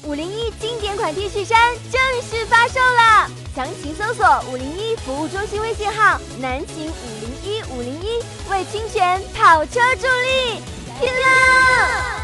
501经典款 T 恤衫正式发售了，详情搜索501服务中心微信号南秦501，为侵权跑车助力，拼了！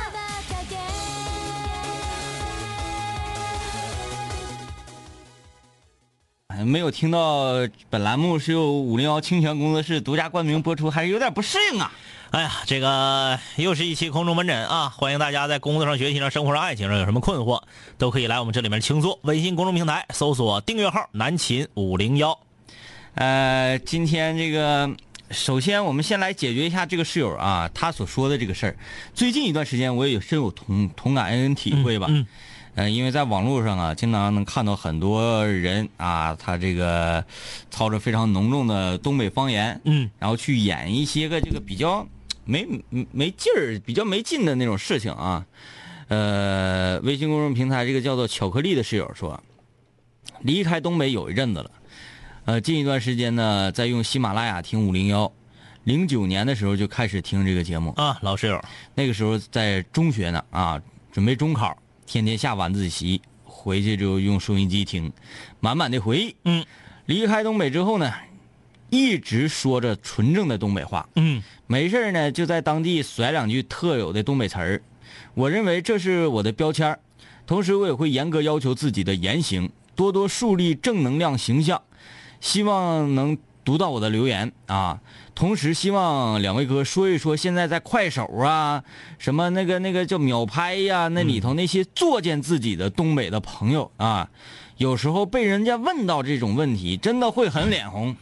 没有听到本栏目是由501清泉工作室独家冠名播出，还是有点不适应啊。 哎呀，这个又是一期空中门诊啊！欢迎大家在工作上、学习上、生活上、爱情上有什么困惑，都可以来我们这里面倾诉。微信公众平台搜索订阅号南秦501。 今天这个，首先我们先来解决一下这个室友啊，他所说的这个事儿。最近一段时间我也深有同感跟体会吧。因为在网络上啊，经常能看到很多人啊，他这个操着非常浓重的东北方言，然后去演一些个这个比较没劲儿、比较没劲的那种事情啊。微信公众平台这个叫做巧克力的室友说，离开东北有一阵子了，近一段时间呢，在用喜马拉雅听501，09年的时候就开始听这个节目啊，老室友， 那个时候在中学呢啊，准备中考。天天下晚自习回去就用收音机听，满满的回忆。离开东北之后呢，一直说着纯正的东北话。没事呢就在当地甩两句特有的东北词儿。我认为这是我的标签，同时我也会严格要求自己的言行，多多树立正能量形象。希望能读到我的留言啊！同时希望两位哥说一说现在在快手啊，什么那个叫秒拍呀，那里头那些作践自己的东北的朋友啊，有时候被人家问到这种问题，真的会很脸红。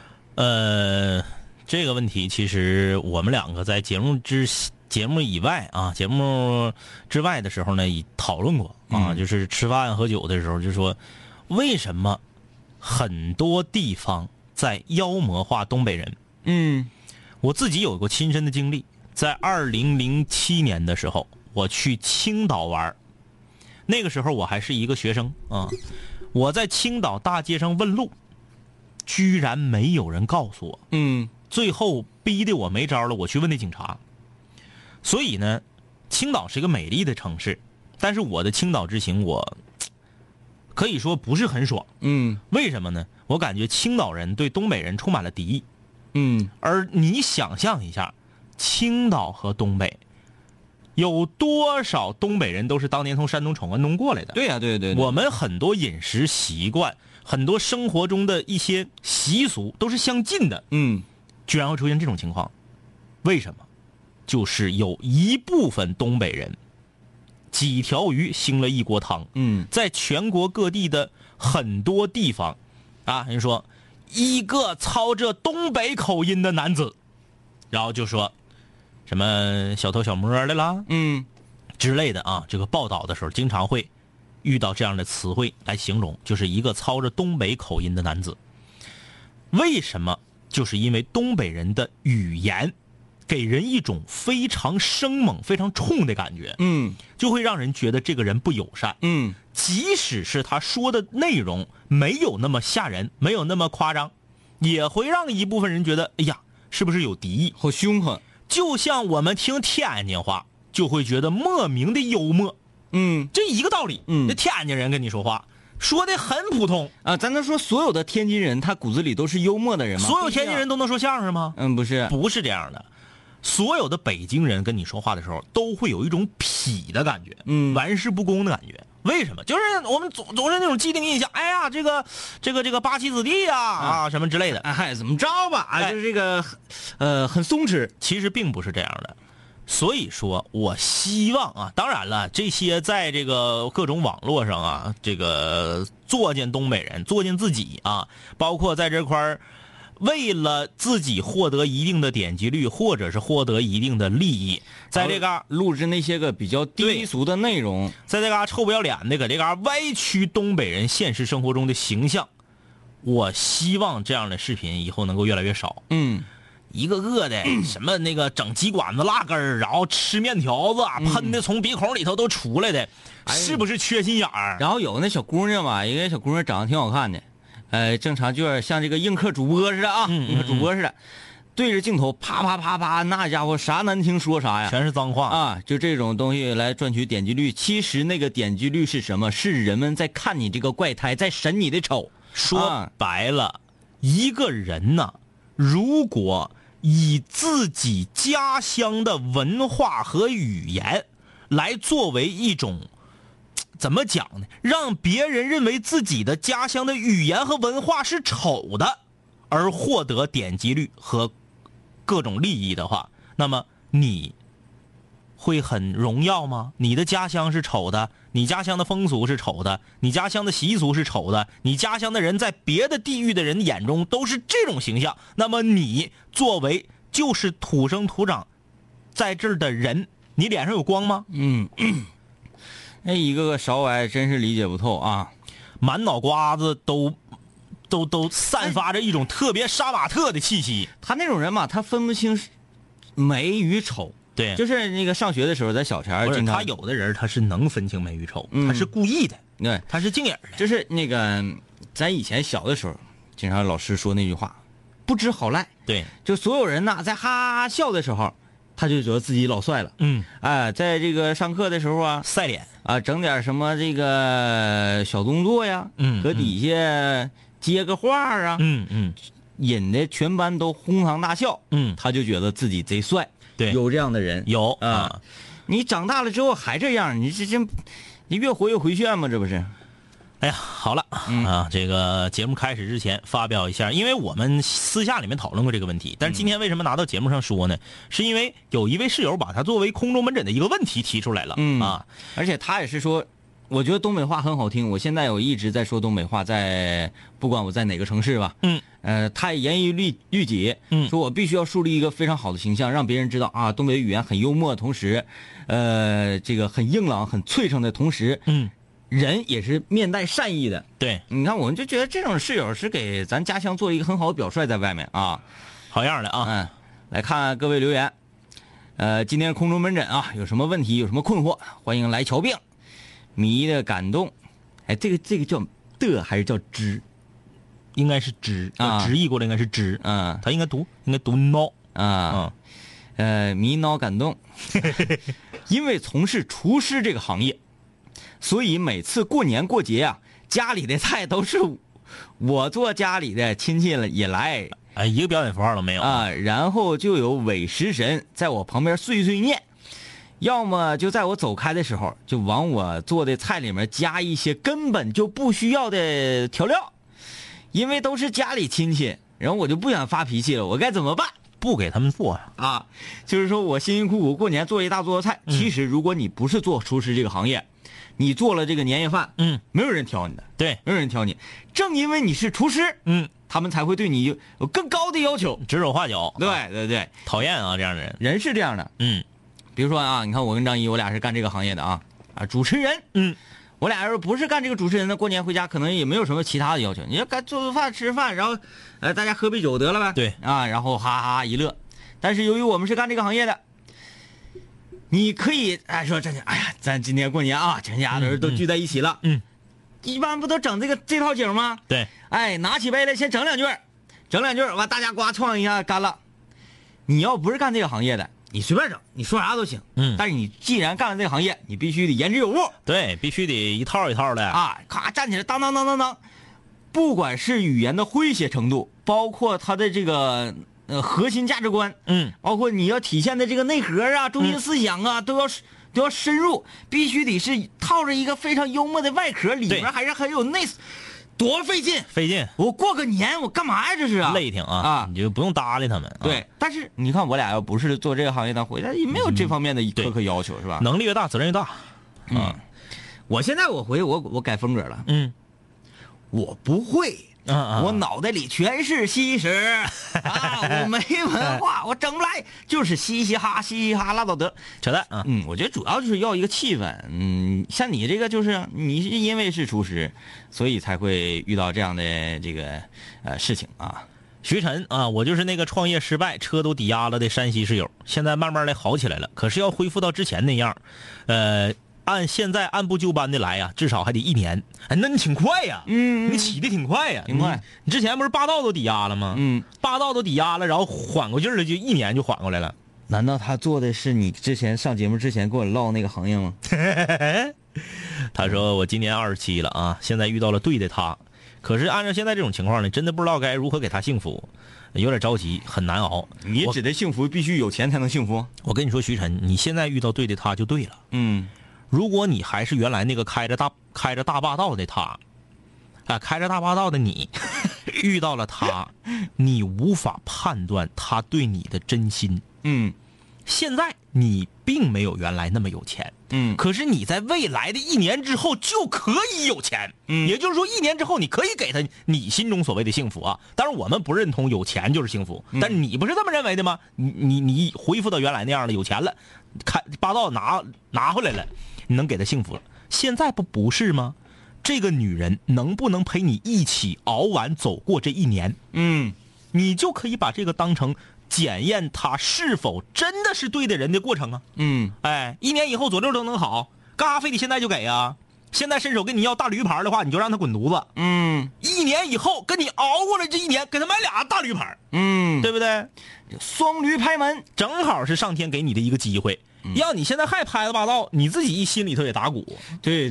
这个问题其实我们两个在节目以外啊，节目之外的时候呢，也讨论过啊，就是吃饭喝酒的时候就说，为什么很多地方在妖魔化东北人？我自己有过亲身的经历，在2007年的时候，我去青岛玩，那个时候我还是一个学生啊，我在青岛大街上问路，居然没有人告诉我。最后逼得我没招了，我去问那警察。所以呢，青岛是一个美丽的城市，但是我的青岛之行我可以说不是很爽。为什么呢？我感觉青岛人对东北人充满了敌意。而你想象一下，青岛和东北有多少东北人都是当年从山东闯关东过来的？ 对呀，对。 我们很多饮食习惯，很多生活中的一些习俗都是相近的。居然会出现这种情况，为什么？就是有一部分东北人几条鱼兴了一锅汤。在全国各地的很多地方啊，人说一个操着东北口音的男子，然后就说什么小偷小摸的啦，之类的啊。这个报道的时候经常会遇到这样的词汇来形容，就是一个操着东北口音的男子。为什么？就是因为东北人的语言给人一种非常生猛、非常冲的感觉，就会让人觉得这个人不友善，即使是他说的内容没有那么吓人，没有那么夸张，也会让一部分人觉得，哎呀，是不是有敌意， 好凶狠。 就像我们听天津话，就会觉得莫名的幽默，这一个道理。这天津人跟你说话，说的很普通啊，咱能说所有的天津人他骨子里都是幽默的人吗？ 所有天津人都能说相声吗？ 不是这样的。所有的北京人跟你说话的时候，都会有一种痞的感觉，玩世不恭的感觉。为什么？就是我们总是那种既定印象，哎呀，这个八旗子弟啊，什么之类的， 怎么着吧，就是这个很松弛。 其实并不是这样的。所以说我希望啊，当然了，这些在这个各种网络上啊，这个作践东北人、作践自己啊，包括在这块儿为了自己获得一定的点击率，或者是获得一定的利益，在这嘎录制那些个比较低俗的内容， 在这嘎臭不要脸的搁这嘎歪曲东北人现实生活中的形象。我希望这样的视频以后能够越来越少。一个个的什么那个整鸡管子辣根儿，然后吃面条子，喷的从鼻孔里头都出来的，是不是缺心眼儿？ 然后有那小姑娘吧，一个小姑娘长得挺好看的，正常就有点像这个映客主播似的啊，映客主播似的， 对着镜头啪啪啪啪，那家伙啥难听说啥呀， 全是脏话啊！就这种东西来赚取点击率，其实那个点击率是什么？是人们在看你这个怪胎，在审你的丑。 说白了，一个人呢，如果以自己家乡的文化和语言来作为一种怎么讲呢？让别人认为自己的家乡的语言和文化是丑的，而获得点击率和各种利益的话，那么你会很荣耀吗？你的家乡是丑的，你家乡的风俗是丑的，你家乡的习俗是丑的，你家乡的人在别的地域的人眼中都是这种形象，那么你作为就是土生土长在这儿的人，你脸上有光吗？ 那一个个少歪真是理解不透啊， 满脑瓜子都散发着一种特别杀马特的气息。 他那种人嘛，他分不清美与丑。 对， 就是那个上学的时候，在小前经常他有的人他是能分清美与丑，他是故意的， 对， 他是镜眼的。 就是那个咱以前小的时候，经常老师说那句话，不知好赖。 对， 就所有人呐，在哈哈笑的时候，他就觉得自己老帅了。在这个上课的时候啊， 晒脸啊，整点什么这个小动作呀，搁底下接个话啊，引得全班都哄堂大笑。他就觉得自己贼帅。 对， 有这样的人， 有啊。你长大了之后还这样，你你越活越回旋吗？这不是？ 哎呀，好了这个节目开始之前发表一下，因为我们私下里面讨论过这个问题，但是今天为什么拿到节目上说呢？是因为有一位室友把它作为空中门诊的一个问题提出来了。 而且他也是说，我觉得东北话很好听，我现在我一直在说东北话，不管我在哪个城市吧，他也严于律己，说我必须要树立一个非常好的形象，让别人知道啊，东北语言很幽默，同时，这个很硬朗、很脆声的同时，人也是面带善意的。 对， 你看，我们就觉得这种室友是给咱家乡做一个很好的表率，在外面啊， 好样的啊！ 来看各位留言，今天空中门诊啊，有什么问题，有什么困惑，欢迎来瞧病。迷的感动，哎，这个叫的还是叫知？ 应该是知啊，直译过来应该是知。他应该读孬啊。 迷孬感动，因为从事厨师这个行业，所以每次过年过节啊，家里的菜都是我做，家里的亲戚也来。 一个标点符号都没有啊。然后就有伪食神在我旁边碎碎念。要么就在我走开的时候，就往我做的菜里面加一些根本就不需要的调料，因为都是家里亲戚，然后我就不想发脾气了，我该怎么办？ 不给他们做啊！就是说我辛辛苦苦过年做一大桌子菜，其实如果你不是做厨师这个行业，你做了这个年夜饭，没有人挑你的， 对， 没有人挑你。正因为你是厨师，他们才会对你有更高的要求， 指手画脚。 对， 讨厌啊，这样的人， 人是这样的，比如说啊，你看我跟张一，我俩是干这个行业的啊，主持人，我俩要是不是干这个主持人的，过年回家可能也没有什么其他的要求，你要该做饭吃饭，然后大家喝杯酒得了呗， 对啊，然后哈哈一乐。但是由于我们是干这个行业的，你可以说这哎呀，咱今天过年啊，全家的人都聚在一起了，一般不都整这套景吗？ 对， 拿起杯来先整两句，完大家呱创一下干了。你要不是干这个行业的，你随便整，你说啥都行。但是你既然干了这个行业，你必须得言之有物。 对，必须得一套一套的啊！咔站起来，当当当当当，不管是语言的诙谐程度，包括它的这个核心价值观，包括你要体现的这个内核啊、中心思想啊，都要深入，必须得是套着一个非常幽默的外壳，里面还是很有内。多费劲！我过个年，我干嘛呀？这是啊， 累挺啊！你就不用搭理他们。 对，但是你看，我俩要不是做这个行业的，回来也没有这方面的苛刻要求，是吧？ 能力越大，责任越大。 我现在我改风格了。我不会。我脑袋里全是稀屎啊！我没文化，我整不来，就是嘻嘻哈拉倒得， 扯淡啊！ 我觉得主要就是要一个气氛。像你这个就是你是因为是厨师，所以才会遇到这样的这个事情啊。 徐晨啊，我就是那个创业失败、车都抵押了的山西室友，现在慢慢的好起来了，可是要恢复到之前那样， 现在按部就班的来呀，至少还得1年。哎，那你挺快呀，你起的挺快呀， 挺快。 你之前不是霸道都抵押了吗？霸道都抵押了，然后缓过劲儿了，就1年就缓过来了。 难道他做的是你之前上节目之前跟我唠那个行业吗？ 他说我今年27了啊，现在遇到了对的他，可是按照现在这种情况呢，真的不知道该如何给他幸福，有点着急，很难熬。 你指的幸福必须有钱才能幸福？ 我跟你说，徐晨，你现在遇到对的他就对了。如果你还是原来那个开着大霸道的他，开着大霸道的你，遇到了他，你无法判断他对你的真心。现在你并没有原来那么有钱，可是你在未来的1年之后就可以有钱，也就是说1年之后你可以给他你心中所谓的幸福啊。当然我们不认同有钱就是幸福，但是你不是这么认为的吗？你恢复到原来那样了，有钱了，霸道拿回来了，你能给他幸福了。现在不是吗？这个女人能不能陪你一起熬完走过这1年？你就可以把这个当成检验他是否真的是对的人的过程啊。1年以后左右都能好，干啥非得现在就给啊？现在伸手跟你要大驴牌的话，你就让他滚犊子。1年以后跟你熬过了这1年，给他买俩大驴牌。对不对？ 双驴拍门， 正好是上天给你的一个机会。要你现在还拍了霸道，你自己心里头也打鼓。 对。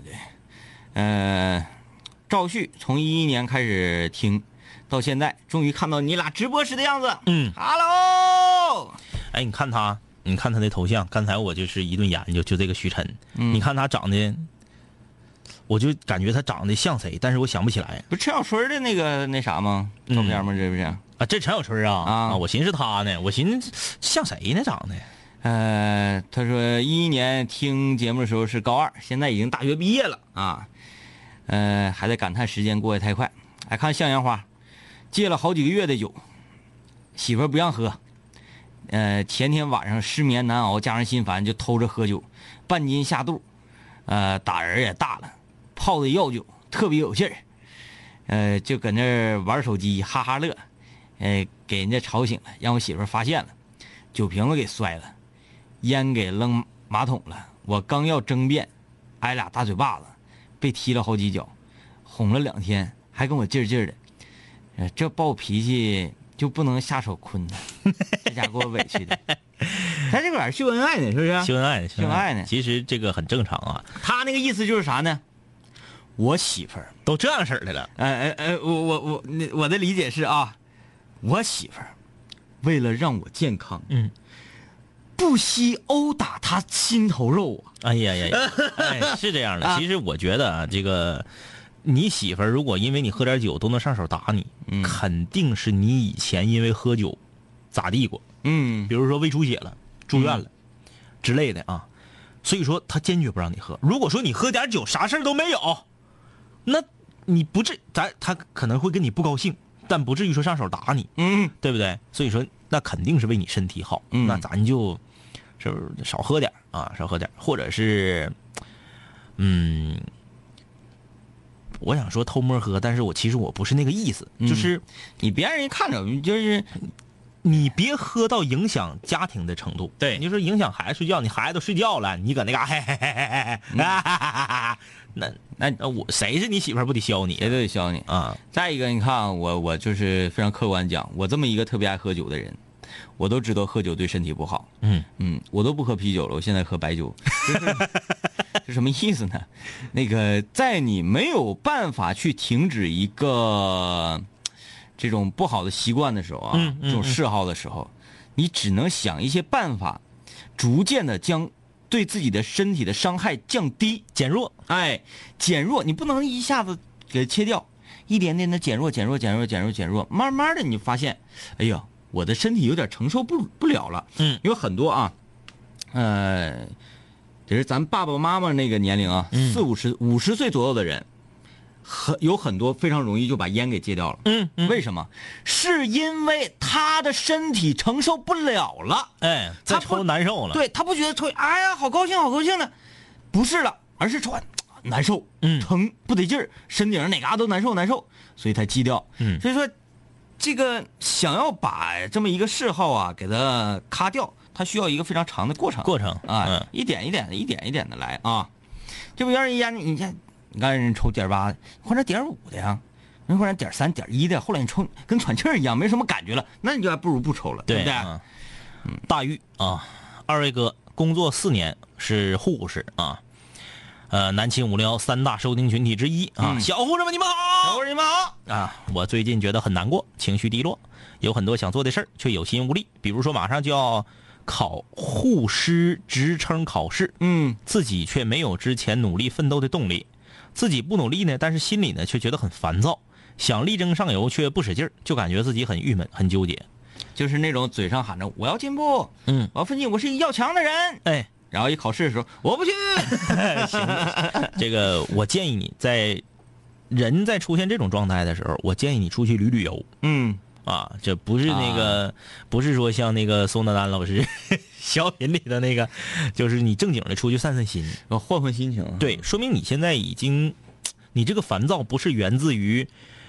赵旭从2011年开始听，到现在终于看到你俩直播时的样子。Hello。 哎，你看他的头像，刚才我就是一顿研究，就这个徐晨。你看他长得，我就感觉他长得像谁，但是我想不起来。 不是陈小春的那啥吗？照片吗？这不是啊？ 这陈小春啊！我寻思他呢，我寻思像谁呢？长得。 他说2011年听节目的时候是高2，现在已经大学毕业了啊。还在感叹时间过得太快。还看向阳花，戒了好几个月的酒，媳妇儿不让喝。前天晚上失眠难熬，加上心烦，就偷着喝酒，半斤下肚。打人也大了，泡的药酒特别有劲儿。就搁那玩手机哈哈乐，给人家吵醒了，让我媳妇儿发现了，酒瓶子给摔了，烟给扔马桶了。我刚要争辩，挨俩大嘴巴子，被踢了好几脚，哄了2天，还跟我劲劲的。这暴脾气就不能下手昆他，这家给我委屈的。他这玩意儿秀恩爱呢，是不是？ 秀恩爱呢。 其实这个很正常啊。 他那个意思就是啥呢？我媳妇儿都这样式儿的了。 我的理解是啊，我媳妇儿为了让我健康，不惜殴打他心头肉啊！ 哎呀，是这样的。其实我觉得啊，这个你媳妇儿如果因为你喝点酒都能上手打你，肯定是你以前因为喝酒咋地过。比如说胃出血了、住院了之类的啊。所以说他坚决不让你喝。如果说你喝点酒啥事儿都没有，那你不至他可能会跟你不高兴，但不至于说上手打你，对不对？所以说那肯定是为你身体好，那咱就是不是少喝点啊，少喝点，或者是我想说偷摸喝，但是其实我不是那个意思，就是你别让人看着，就是你别喝到影响家庭的程度。对，你说影响孩子睡觉，你孩子都睡觉了，你搁那嘎那我谁是你媳妇儿不得削你？ 谁都得削你啊！再一个，你看我就是非常客观讲，我这么一个特别爱喝酒的人，我都知道喝酒对身体不好。我都不喝啤酒了，我现在喝白酒。是什么意思呢？那个在你没有办法去停止一个这种不好的习惯的时候啊，这种嗜好的时候，你只能想一些办法，逐渐的将对自己的身体的伤害降低、 减弱。 减弱，你不能一下子给切掉，一点点的减弱，慢慢的你发现，哎呀，我的身体有点承受不了了。有很多啊，也是咱爸爸妈妈那个年龄啊，50岁左右的人，有很多非常容易就把烟给戒掉了。为什么？是因为他的身体承受不了了。 再抽难受了。 对，他不觉得抽，哎呀，好高兴的，不是了，而是抽难受，疼不得劲儿，身顶上哪嘎都难受，所以才戒掉。所以说，这个想要把这么一个嗜好啊给它咔掉， 它需要一个非常长的过程啊，一点一点的来啊。这不有人烟，你看人抽0.8，或者0.5的呀，人或者0.3、0.1的，后来你抽跟喘气儿一样，没什么感觉了，那你就还不如不抽了，对不对？ 大玉啊，二位哥工作4年，是护士啊。南秦5013大收听群体之一啊，小护士们你们好， 小护士你们好啊！我最近觉得很难过，情绪低落，有很多想做的事儿，却有心无力。比如说马上就要考护师职称考试，自己却没有之前努力奋斗的动力，自己不努力呢，但是心里呢却觉得很烦躁，想力争上游却不使劲儿，就感觉自己很郁闷，很纠结， 就是那种嘴上喊着我要进步，我要奋进，我是一个要强的人， 哎。 然后一考试的时候，我不去。 行，这个我建议你人在出现这种状态的时候，我建议你出去旅游。这不是那个，不是说像那个宋丹丹老师小品里的那个，就是你正经的出去散散心， 换换心情。 对，说明你现在已经，你这个烦躁不是源自于，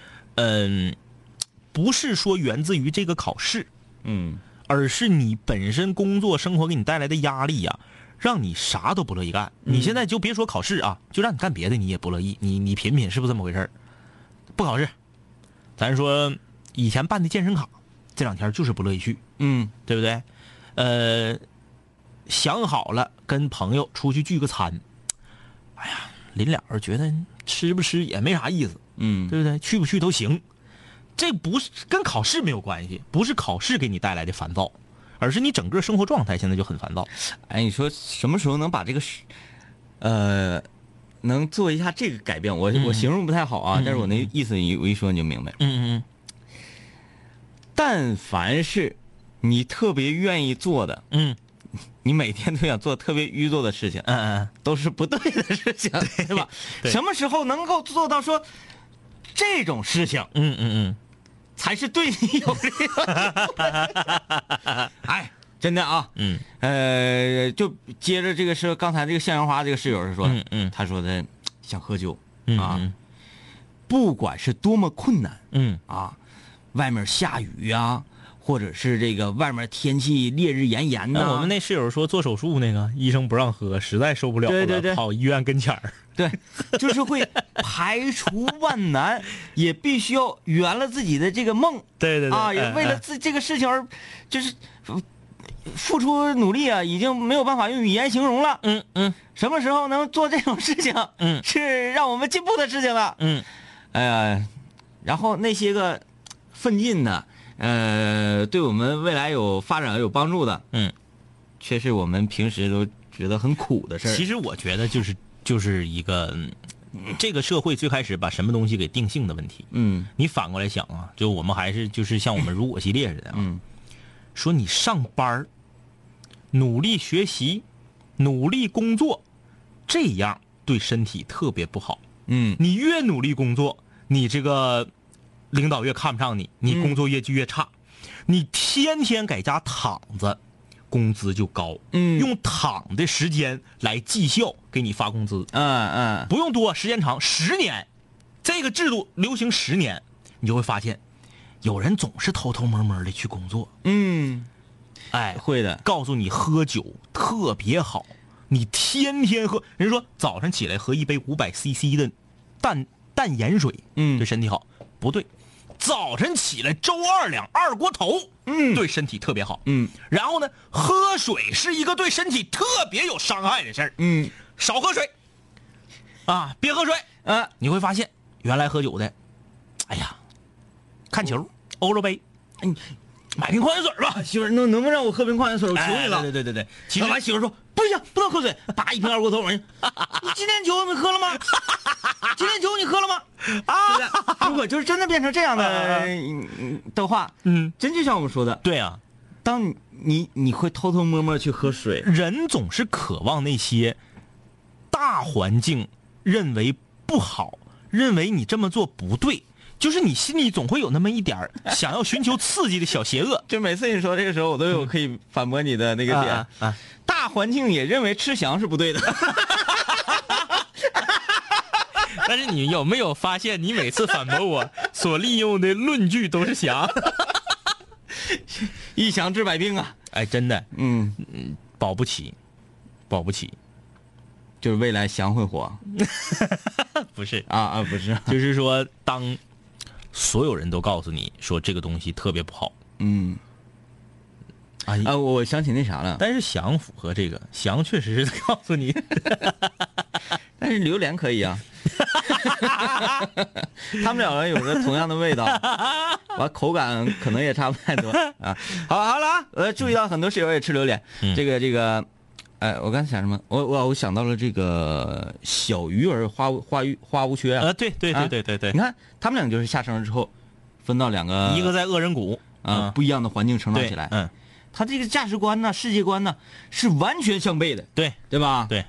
不是说源自于这个考试，而是你本身工作生活给你带来的压力呀。让你啥都不乐意干，你现在就别说考试啊，就让你干别的你也不乐意，你品品是不是这么回事？不考试，咱说以前办的健身卡，这2天就是不乐意去，对不对？想好了跟朋友出去聚个餐，哎呀，临了觉得吃不吃也没啥意思，对不对？去不去都行，这不是跟考试没有关系，不是考试给你带来的烦躁。而是你整个生活状态现在就很烦躁。 哎，你说什么时候能把这个能做一下这个改变？我形容不太好啊，但是我那意思我一说你就明白。但凡是你特别愿意做的，你每天都想做特别愚做的事情，都是不对的事情，对吧？什么时候能够做到说这种事情？才是对你有利的。哎，真的啊，就接着这个是刚才这个向阳花这个室友是说，他说的想喝酒啊，不管是多么困难，外面下雨呀，或者是这个外面天气烈日炎炎的。 我们那室友说做手术那个医生不让喝，实在受不了了， 对跑医院跟前儿。 对，就是会排除万难，也必须要圆了自己的这个梦。 对啊，也为了这个事情而就是付出努力啊，已经没有办法用语言形容了。什么时候能做这种事情？是让我们进步的事情了。然后那些个奋进的，对我们未来有发展有帮助的，却是我们平时都觉得很苦的事儿。 其实我觉得就是一个这个社会最开始把什么东西给定性的问题。你反过来想啊，就我们还是就是像我们如果系列似的啊，说你上班努力学习努力工作，这样对身体特别不好。你越努力工作，你这个领导越看不上你，你工作业绩越差。你天天在家躺着，工资就高。用躺的时间来绩效给你发工资。不用多，时间长10年，这个制度流行10年，你就会发现有人总是偷偷摸摸的去工作。哎， 会的。 告诉你喝酒特别好，你天天喝，人说早上起来喝一杯500cc 的淡盐水，对身体好。不对，早晨起来周2两2锅头，对身体特别好。然后呢，喝水是一个对身体特别有伤害的事儿。少喝水啊，别喝水。你会发现原来喝酒的，哎呀，看球欧洲杯，买瓶矿泉水吧， 媳妇儿，能不能让我喝瓶矿泉水？我求你了。 对。其实完，媳妇儿说不行，不能喝水，叭一瓶2锅头往上。你今天酒你喝了吗？今天酒你喝了吗？如果就是真的变成这样的话，真就像我们说的， 对啊， 当你会偷偷摸摸去喝水， 人总是渴望那些大环境认为不好，认为你这么做不对。就是你心里总会有那么一点想要寻求刺激的小邪恶。 就每次你说这个时候，我都有可以反驳你的那个点。大环境也认为吃翔是不对的。 但是你有没有发现，你每次反驳我所利用的论据都是翔？ 一翔治百病啊！ 哎，真的， 保不齐， 就是未来翔会火。 不是不是， 就是说当所有人都告诉你说这个东西特别不好， 我想起那啥了， 但是翔符合这个，翔确实是告诉你， 但是榴莲可以啊。他们两个有着同样的味道，完口感可能也差不太多啊。好了，注意到很多室友也吃榴莲，这个，我刚才想什么？我想到了这个小鱼儿花无缺啊。 对， 你看他们俩就是下生了之后，分到两个， 一个在恶人谷不一样的环境成长起来，他这个价值观呢、世界观呢是完全相悖的，对吧？ 对，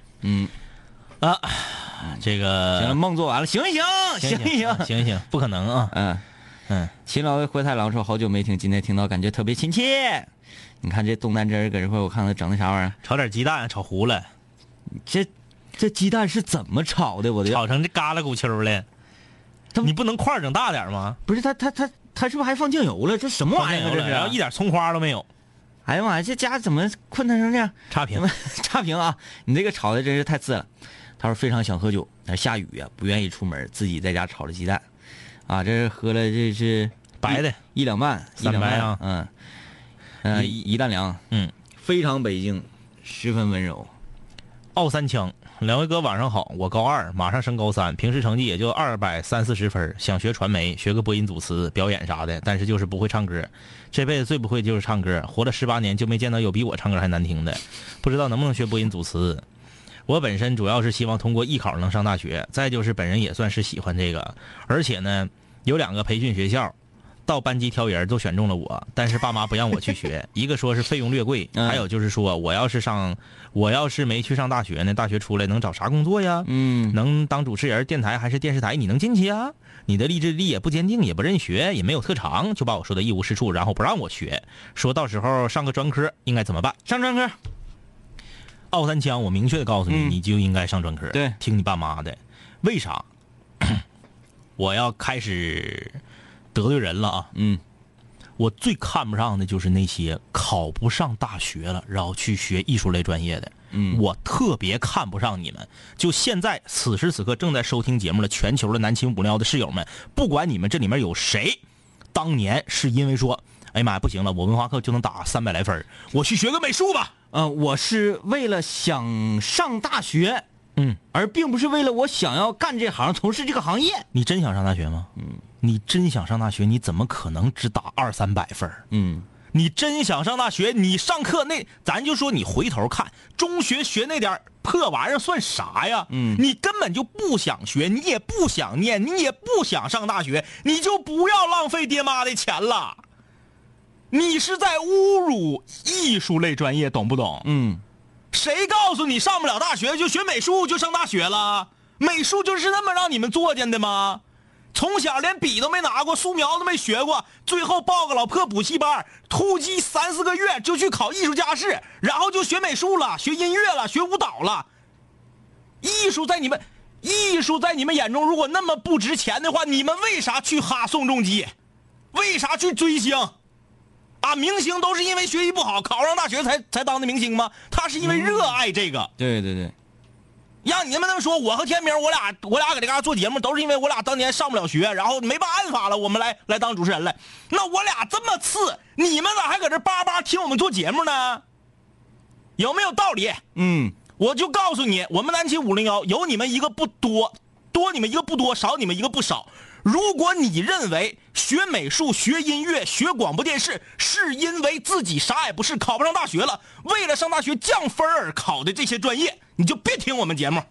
这行了， 个梦做完了，醒一醒， 不可能啊！ 勤劳的灰太狼说好久没听，今天听到感觉特别亲切。你看这冻蛋汁搁这块，我看他整的啥玩意儿？ 炒点鸡蛋，炒糊了。 这鸡蛋是怎么炒的？我的炒成这嘎啦鼓秋了。你不能块整大点吗？ 不是，他是不是还放酱油了？这什么玩意儿？这是， 然后一点葱花都没有。 哎呀妈呀，这家怎么困难成这样？ 差评啊！你这个炒的真是太次了。他说非常想喝酒，但是下雨啊，不愿意出门，自己在家炒了鸡蛋，这是喝了这是白的 1两半 3白啊， 一担粮，非常北京，十分温柔。 傲三枪，两位哥晚上好，我高2，马上升高3，平时成绩也就230-240分，想学传媒，学个播音主持、表演啥的，但是就是不会唱歌，这辈子最不会就是唱歌，活了18年就没见到有比我唱歌还难听的，不知道能不能学播音主持。我本身主要是希望通过艺考能上大学，再就是本人也算是喜欢这个，而且呢，有2个培训学校，到班级挑人都选中了我，但是爸妈不让我去学，一个说是费用略贵，还有就是说我要是没去上大学呢，大学出来能找啥工作呀？能当主持人，电台还是电视台，你能进去啊？你的意志力也不坚定，也不认学，也没有特长，就把我说的一无是处，然后不让我学，说到时候上个专科应该怎么办？ 上专科。 傲三枪，我明确的告诉你，你就应该上专科。 对， 听你爸妈的。为啥？我要开始得罪人了啊！我最看不上的就是那些考不上大学了，然后去学艺术类专业的。我特别看不上你们。就现在此时此刻正在收听节目的全球的南秦五零幺的室友们，不管你们这里面有谁，当年是因为说，哎呀妈呀，不行了，我文化课就能打300来分，我去学个美术吧。 我是为了想上大学，而并不是为了我想要干这行，从事这个行业。 你真想上大学吗？你真想上大学，你怎么可能只打200-300分？你真想上大学，你上课那，咱就说你回头看中学学那点破玩意儿算啥呀？你根本就不想学，你也不想念，你也不想上大学，你就不要浪费爹妈的钱了。你是在侮辱艺术类专业，懂不懂？谁告诉你上不了大学就学美术就上大学了？美术就是那么让你们作践的吗？从小连笔都没拿过，素描都没学过，最后报个老破补习班，突击3-4个月就去考艺术家试，然后就学美术了，学音乐了，学舞蹈了。艺术在你们眼中如果那么不值钱的话，你们为啥去哈宋仲基？为啥去追星？明星都是因为学习不好考上大学才当的明星吗？他是因为热爱这个。 对， 让你们那么说，我和天明我俩搁这嘎做节目都是因为我俩当年上不了学，然后没办法了，我们来当主持人了。那我俩这么次，你们咋还搁这巴巴听我们做节目呢？有没有道理？我就告诉你，我们南秦501有你们一个不多，多你们一个不多，少你们一个不少。如果你认为学美术、学音乐、学广播电视是因为自己啥也不是，考不上大学了，为了上大学降分而考的这些专业，你就别听我们节目。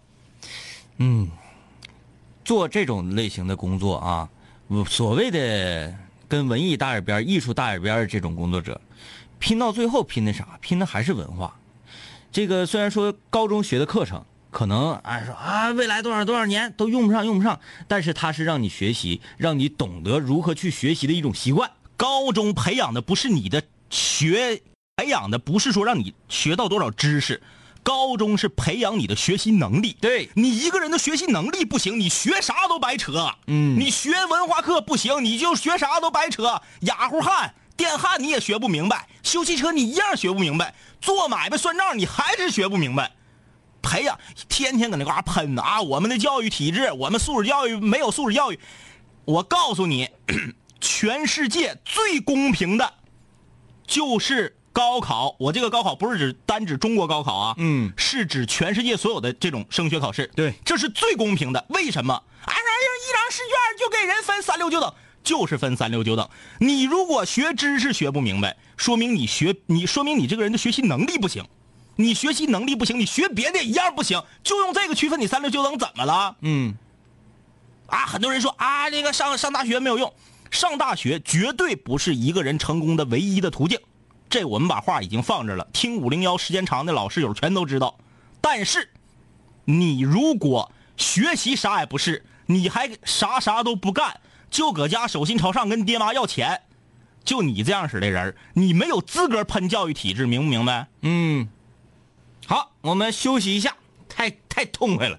做这种类型的工作啊，所谓的跟文艺搭耳边、艺术搭耳边这种工作者，拼到最后拼的啥？拼的还是文化。这个虽然说高中学的课程可能说未来多少年都用不上，但是它是让你学习，让你懂得如何去学习的一种习惯。 高中培养的不是你的培养的不是说让你学到多少知识，高中是培养你的学习能力。 对， 你一个人的学习能力不行，你学啥都白扯。你学文化课不行，你就学啥都白扯，哑乎汉电焊你也学不明白，修汽车你一样学不明白，做买卖算账你还是学不明白。培养天天搁那嘎喷啊！我们的教育体制，我们素质教育没有素质教育。我告诉你，全世界最公平的，就是高考。我这个高考不是单指中国高考啊，是指全世界所有的这种升学考试。 对， 这是最公平的。为什么？一张试卷就给人分3、6、9等，就是分3、6、9等。你如果学知识学不明白，说明你这个人的学习能力不行。你学习能力不行，你学别的也一样不行，就用这个区分你3、6、9等怎么了？很多人说啊，那个上大学没有用，上大学绝对不是一个人成功的唯一的途径。这我们把话已经放这了，听501时间长的老室友全都知道。但是，你如果学习啥也不是，你还啥都不干，就搁家手心朝上跟爹妈要钱，就你这样式的人，你没有资格喷教育体制，明不明白？ 好，我们休息一下，太痛快了。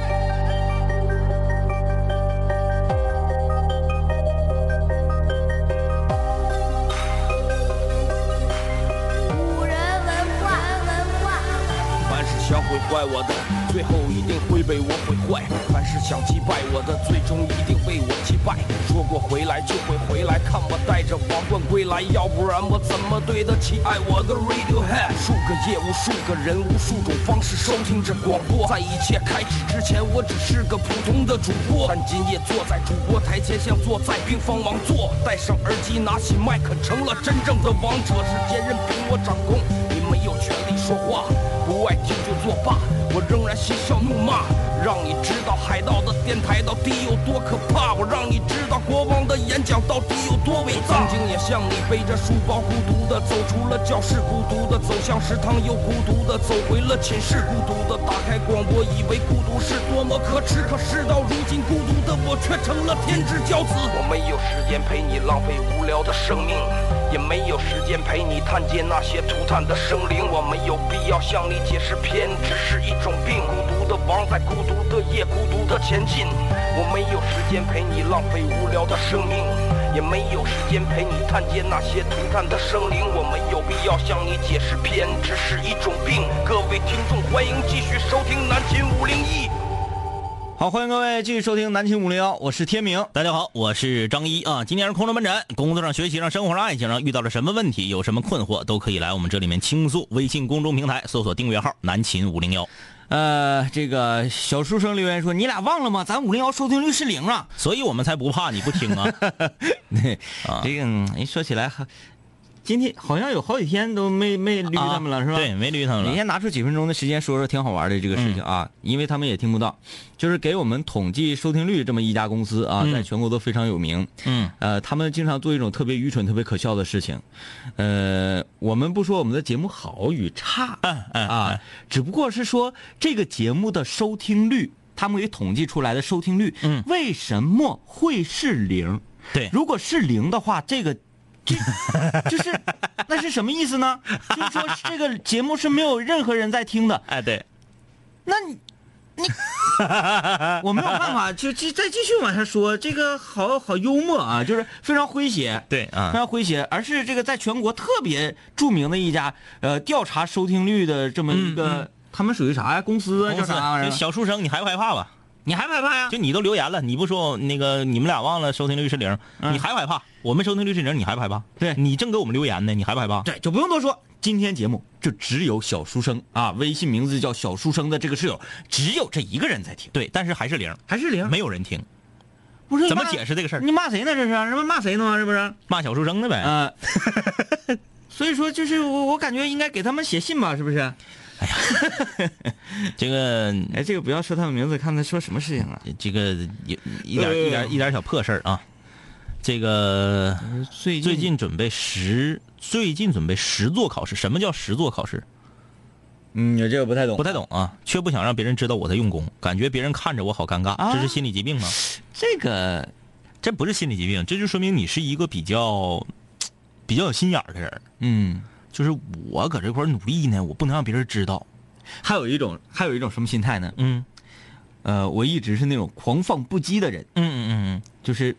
古人文化， 凡是想毁坏我的，最后一定会被我毁坏；凡是想击败我的，最终一定被我击败。说过回来就会回来，看我带着王冠归来，要不然我怎么对得起爱我的 Radiohead？ 数个夜，无数个人，无数种方式收听着广播。在一切开始之前，我只是个普通的主播，但今夜坐在主播台前，像坐在冰封王座。戴上耳机，拿起麦克，成了真正的王者。世界任凭我掌控，你没有权利说话，不爱听就作罢。我仍然嬉笑怒骂，让你知道海盗的电台到底有多可怕。我让你知道国王的演讲到底有多伟大。曾经也像你背着书包孤独的走出了教室，孤独的走向食堂，又孤独的走回了寝室，孤独的打开广播，以为孤独是多么可耻。可事到如今，孤独的我却成了天之骄子。我没有时间陪你浪费无聊的生命，也没有时间陪你探见那些涂炭的生灵。我没有必要向你解释偏执是一种病，孤独的王在孤独的夜孤独的前进。我没有时间陪你浪费无聊的生命，也没有时间陪你探见那些涂炭的生灵。我没有必要向你解释偏执是一种病。各位听众，欢迎继续收听南秦501。 好，欢迎各位继续收听南秦501，我是天明。 大家好，我是张一啊。今天是空中门诊，工作上、学习上、生活上、爱情上遇到了什么问题，有什么困惑，都可以来我们这里面倾诉。微信公众平台搜索订阅号南秦501。 这个小书生留言说：“你俩忘了吗？咱501收听率是0啊， 所以我们才不怕你不听啊。 这个说起来今天好像有好几天都没捋他们了，是吧？ 对，没捋他们了。 你先拿出几分钟的时间说说挺好玩的这个事情啊，因为他们也听不到，就是给我们统计收听率这么一家公司啊，在全国都非常有名。他们经常做一种特别愚蠢、特别可笑的事情。我们不说我们的节目好与差只不过是说这个节目的收听率，他们给统计出来的收听率，为什么会是0？ 对， 如果是0的话，这个。就是那是什么意思呢？就是说这个节目是没有任何人在听的。 哎，对， 那你我没有办法，就再继续往下说。这个好幽默啊，就是非常诙谐， 对啊， 非常诙谐，而是这个在全国特别著名的一家调查收听率的这么一个，他们属于啥呀？公司叫啥玩意儿？ 小书生，你害不害怕吧？ 你害不害怕呀？ 就你都留言了，你不说那个你们俩忘了收听率是0，你害不害怕？我们收听率是0，你害不害怕？ 对， 你正给我们留言呢，你害不害怕？ 对，就不用多说。今天节目就只有小书生啊，微信名字叫小书生的这个室友，只有这一个人在听。 对，但是还是0， 还是0， 没有人听。 不是怎么解释这个事儿？ 你骂谁呢？这是什么骂谁呢？是不是骂小书生的呗？ 所以说就是我感觉应该给他们写信吧，是不是？ 哎呀，这个不要说他们名字，看他说什么事情啊？ 这个一点小破事儿啊。这个最近准备实作考试。什么叫实作考试？ 这个不太懂啊。却不想让别人知道我在用功，感觉别人看着我好尴尬，这是心理疾病吗？这不是心理疾病，这就说明你是一个比较有心眼儿的人。就是我搁这块努力呢，我不能让别人知道。 还有一种什么心态呢？我一直是那种狂放不羁的人。就是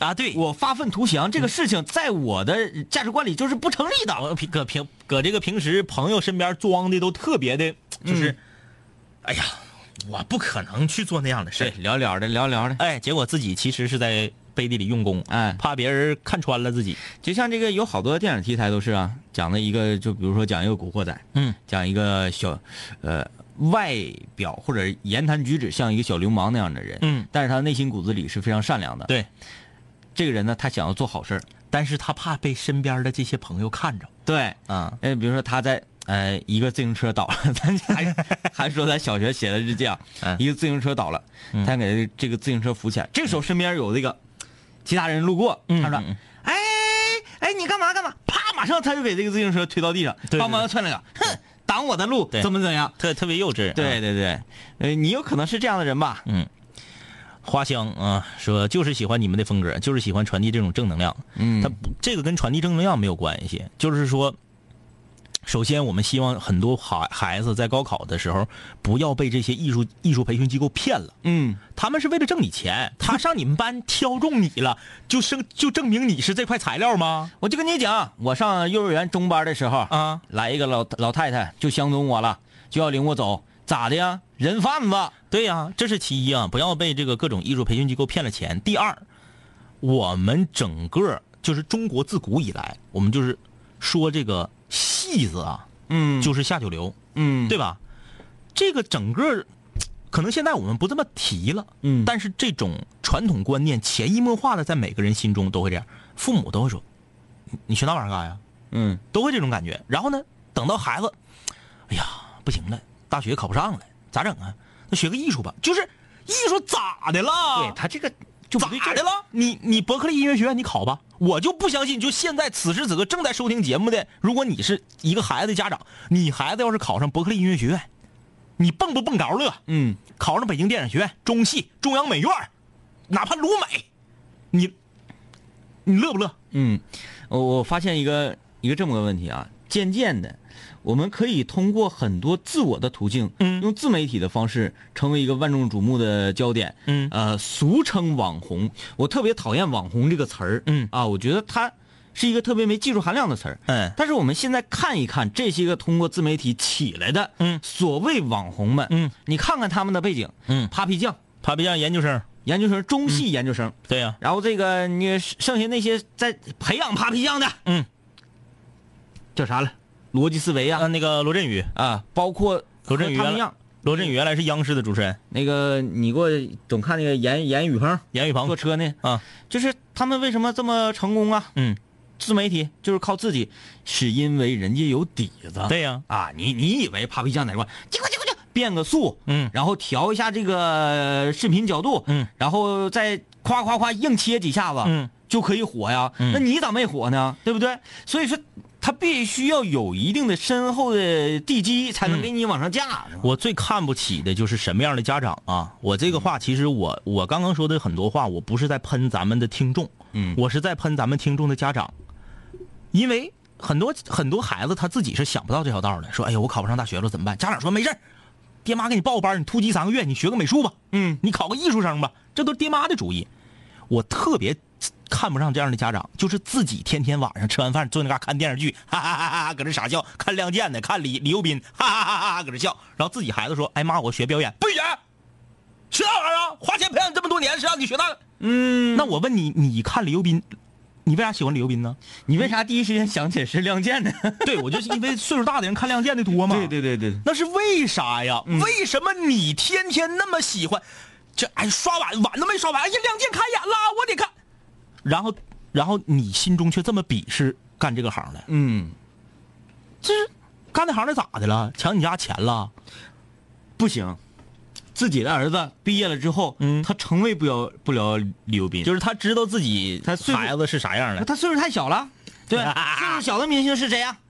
啊，对， 我发愤图强，这个事情在我的价值观里就是不成立的。 我搁这个平时朋友身边装的都特别的，就是，哎呀，我不可能去做那样的事， 聊聊的， 哎，结果自己其实是在背地里用功， 哎， 怕别人看穿了自己。 就像这个有好多电影题材都是啊，讲的一个，就比如说讲一个古惑仔，讲一个外表或者言谈举止像一个小流氓那样的人，但是他内心骨子里是非常善良的。 对， 这个人呢，他想要做好事， 但是他怕被身边的这些朋友看着。 对，比如说他在一个自行车倒了，咱还说咱小学写的日记啊，一个自行车倒了，他给这个自行车扶起来，这个时候身边有这个其他人路过，他说，哎，你干嘛？啪，马上他就给这个自行车推到地上，帮忙踹那个，哼。挡我的路，怎么样？ 特别幼稚。 对，你有可能是这样的人吧？ 花香啊，说就是喜欢你们的风格，就是喜欢传递这种正能量。他这个跟传递正能量没有关系，就是说，首先我们希望很多孩子在高考的时候不要被这些艺术培训机构骗了。他们是为了挣你钱，他上你们班挑中你了，就证明你是这块材料吗？ 我就跟你讲，我上幼儿园中班的时候啊， 来一个老太太就相中我了，就要领我走，咋的呀？人贩子。 对呀，这是其一啊，不要被这个各种艺术培训机构骗了钱。第二，我们整个就是中国自古以来，我们就是说这个戏子啊，就是下九流，对吧？这个整个可能现在我们不这么提了，但是这种传统观念潜移默化的在每个人心中都会这样，父母都会说，你学那玩意儿干呀？都会这种感觉。然后呢，等到孩子，哎呀，不行了，大学考不上了，咋整啊？那学个艺术吧，就是艺术咋的了？ 对他这个就咋的了？你伯克利音乐学院你考吧，我就不相信，就现在此时此刻正在收听节目的，如果你是一个孩子的家长，你孩子要是考上伯克利音乐学院，你蹦不蹦高乐？考上北京电影学院、中戏、中央美院，哪怕鲁美，你乐不乐？ 我发现一个这么个问题啊，渐渐的，我们可以通过很多自我的途径，用自媒体的方式成为一个万众瞩目的焦点，俗称网红。我特别讨厌网红这个词儿，我觉得它是一个特别没技术含量的词儿，但是我们现在看一看这些个通过自媒体起来的，所谓网红们，你看看他们的背景，Papi 酱研究生， 中戏研究生， 对呀， 然后这个你剩下那些在培养Papi 酱的，叫啥了？逻辑思维啊， 那个罗振宇啊，包括罗振宇原来是央视的主持人。 那个你给我总看那个严雨鹏坐车呢啊， 就是他们为什么这么成功啊？自媒体就是靠自己，是因为人家有底子。 对呀， 你以为Papi酱哪块就变个速，然后调一下这个视频角度，然后再夸硬切几下子，就可以火呀？那你咋没火呢？对不对？所以说。他必须要有一定的深厚的地基，才能给你往上架。 我最看不起的就是什么样的家长啊！我这个话，其实我刚刚说的很多话，我不是在喷咱们的听众，我是在喷咱们听众的家长，因为很多孩子他自己是想不到这条道的，说哎呀，我考不上大学了怎么办？家长说没事，爹妈给你报个班，你突击3个月，你学个美术吧，你考个艺术生吧，这都是爹妈的主意。我特别看不上这样的家长，就是自己天天晚上吃完饭坐那嘎看电视剧，哈哈哈哈，搁这傻笑，看《亮剑》的，看李幼斌，哈哈哈哈，搁这笑，然后自己孩子说，哎妈，我学表演，不学，学那玩意儿啊，花钱培养这么多年是让你学那个，那我问你，你看李幼斌，你为啥喜欢李幼斌呢？ 你为啥第一时间想起来是《亮剑》呢？ 对，我就是因为岁数大的人看《亮剑》的多嘛。 对， 那是为啥呀？为什么你天天那么喜欢？这刷碗都没刷完，哎呀，《亮剑》开演了，我得看。然后你心中却这么鄙视干这个行的，这是干那行的咋的了？抢你家钱了？ 不行，自己的儿子毕业了之后，他成为不了李幼斌， 就是他知道自己孩子是啥样的， 他岁数太小了，对，岁数小的明星是谁呀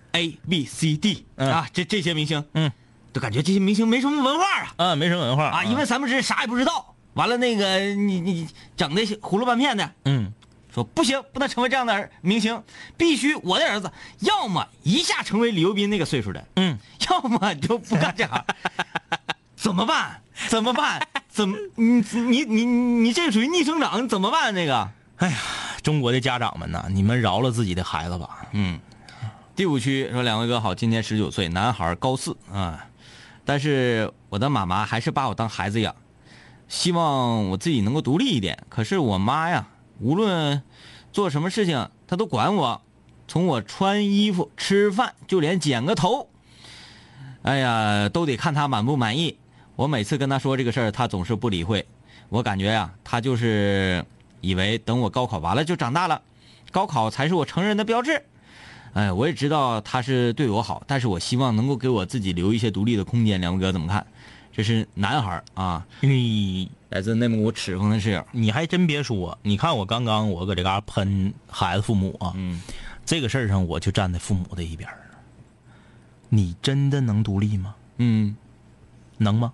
？A、B、C、D 啊，这些明星，就感觉这些明星没什么文化啊，没什么文化啊，因为3分之一啥也不知道。完了，那个你整的葫芦半片的，说不行，不能成为这样的明星，必须我的儿子要么一下成为李幼斌那个岁数的，要么就不干这行，怎么办？你这属于逆生长，怎么办？那个哎呀，中国的家长们呐，你们饶了自己的孩子吧。 第5区说，两位哥好，今年19岁，男孩，高4啊，但是我的妈妈还是把我当孩子养，希望我自己能够独立一点。可是我妈呀，无论做什么事情她都管我，从我穿衣服、吃饭，就连剪个头，哎呀，都得看她满不满意。我每次跟她说这个事儿，她总是不理会。我感觉呀，她就是以为等我高考完了就长大了，高考才是我成人的标志。哎，我也知道他是对我好，但是我希望能够给我自己留一些独立的空间。两位哥怎么看？这是男孩啊，来自内蒙古赤峰的室友。 你还真别说，你看我刚刚我搁这嘎喷孩子父母啊，这个事儿上我就站在父母的一边。你真的能独立吗？能吗？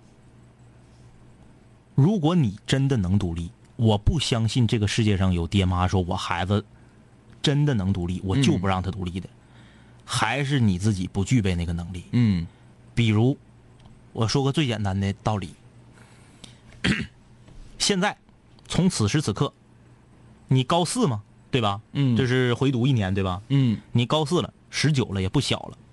如果你真的能独立，我不相信这个世界上有爹妈说我孩子真的能独立，我就不让他独立的，还是你自己不具备那个能力。比如我说个最简单的道理，现在从此时此刻，你高4嘛，对吧？就是回读1年，对吧？你高4了，19了，也不小了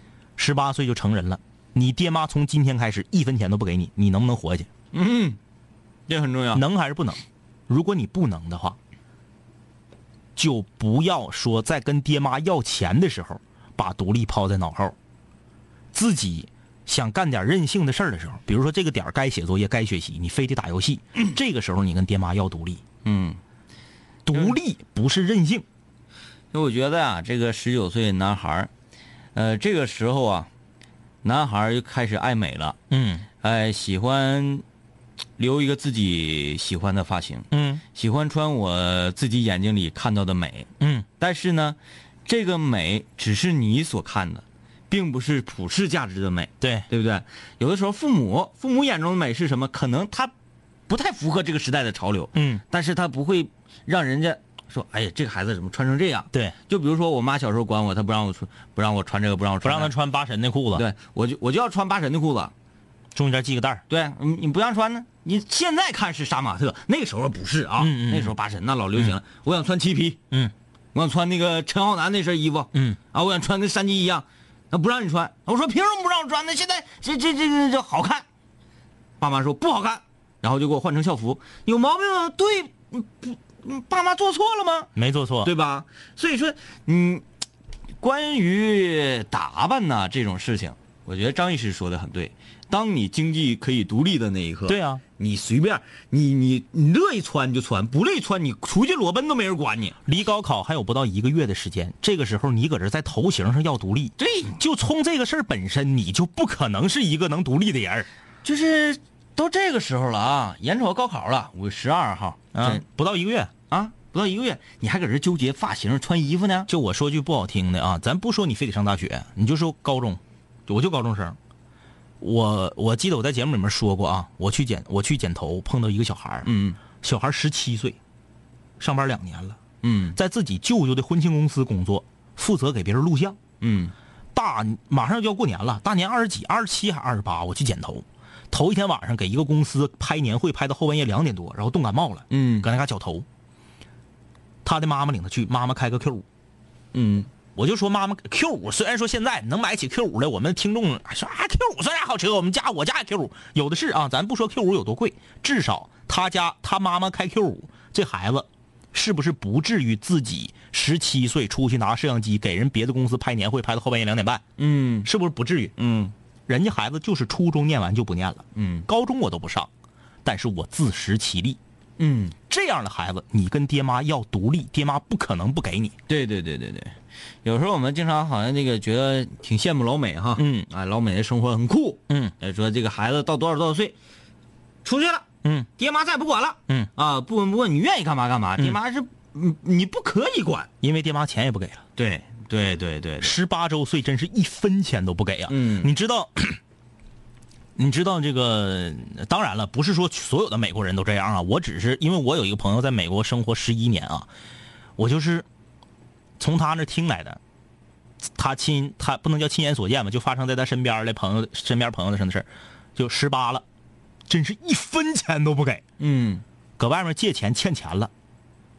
，18岁就成人了。你爹妈从今天开始1分钱都不给你，你能不能活下去？ 这很重要。 能还是不能？如果你不能的话，就不要说在跟爹妈要钱的时候把独立抛在脑后。自己想干点任性的事儿的时候，比如说这个点该写作业该学习，你非得打游戏，这个时候你跟爹妈要独立。独立不是任性。 就我觉得啊，这个19岁男孩，这个时候啊，男孩就开始爱美了。喜欢留一个自己喜欢的发型。喜欢穿我自己眼睛里看到的美。但是呢，这个美只是你所看的，并不是普世价值的美。对不对？有的时候父母眼中的美是什么？可能他不太符合这个时代的潮流。但是他不会让人家说，哎呀，这个孩子怎么穿成这样？对，就比如说我妈小时候管我，她不让我穿这个，不让她穿八神的裤子。 对，我就要穿八神的裤子， 中间系个带儿。 对，你不让穿呢？你现在看是杀马特，那个时候不是啊。那时候八神那老流行了。我想穿漆皮。我想穿那个陈浩南那身衣服。我想穿跟山鸡一样，那不让你穿。我说凭什么不让我穿呢？现在这好看。爸妈说不好看，然后就给我换成校服，有毛病吗？对，爸妈做错了吗？ 没做错， 对吧？所以说，关于打扮呢这种事情，我觉得张医师说的很对。当你经济可以独立的那一刻， 对啊， 你随便，你乐意穿就穿，不乐意穿你出去裸奔都没人管你。 离高考还有不到1个月的时间，这个时候你搁这在头型上要独立， 对， 就冲这个事儿本身，你就不可能是一个能独立的人。 就是都这个时候了啊，眼瞅高考了，5月12号不到1个月啊，不到1个月，你还搁这纠结发型、穿衣服呢？ 就我说句不好听的啊，咱不说你非得上大学，你就说高中，我就高中生。我记得我在节目里面说过啊，我去剪头，碰到一个小孩，小孩17岁，上班2年了，在自己舅舅的婚庆公司工作，负责给别人录像，马上就要过年了，大年20几、27还28，我去剪头，头一天晚上给一个公司拍年会，拍到后半夜2点多，然后冻感冒了，搁那嘎绞头，他的妈妈领他去，妈妈开个 Q5，我就说妈妈 Q5，虽然说现在能买起 Q5 的，我们听众说啊 Q5 算啥好车，我家 Q5 有的是啊，咱不说 Q5 有多贵，至少他妈妈开 Q5，这孩子是不是不至于自己17岁出去拿摄像机给人别的公司拍年会，拍到后半夜2点半？是不是不至于？人家孩子就是初中念完就不念了，高中我都不上，但是我自食其力。这样的孩子，你跟爹妈要独立，爹妈不可能不给你。 对，有时候我们经常好像觉得挺羡慕老美哈，老美的生活很酷，说这个孩子到多少岁出去了，爹妈再不管了，不闻不问，你愿意干嘛干嘛，爹妈是你不可以管， 因为爹妈钱也不给了。 对 ，18周岁真是1分钱都不给啊！你知道这个，当然了，不是说所有的美国人都这样啊。我只是因为我有一个朋友在美国生活11年啊，我就是从他那听来的。他不能叫亲眼所见吧，就发生在他身边朋友的事儿，就18了，真是1分钱都不给。搁外面借钱欠钱了，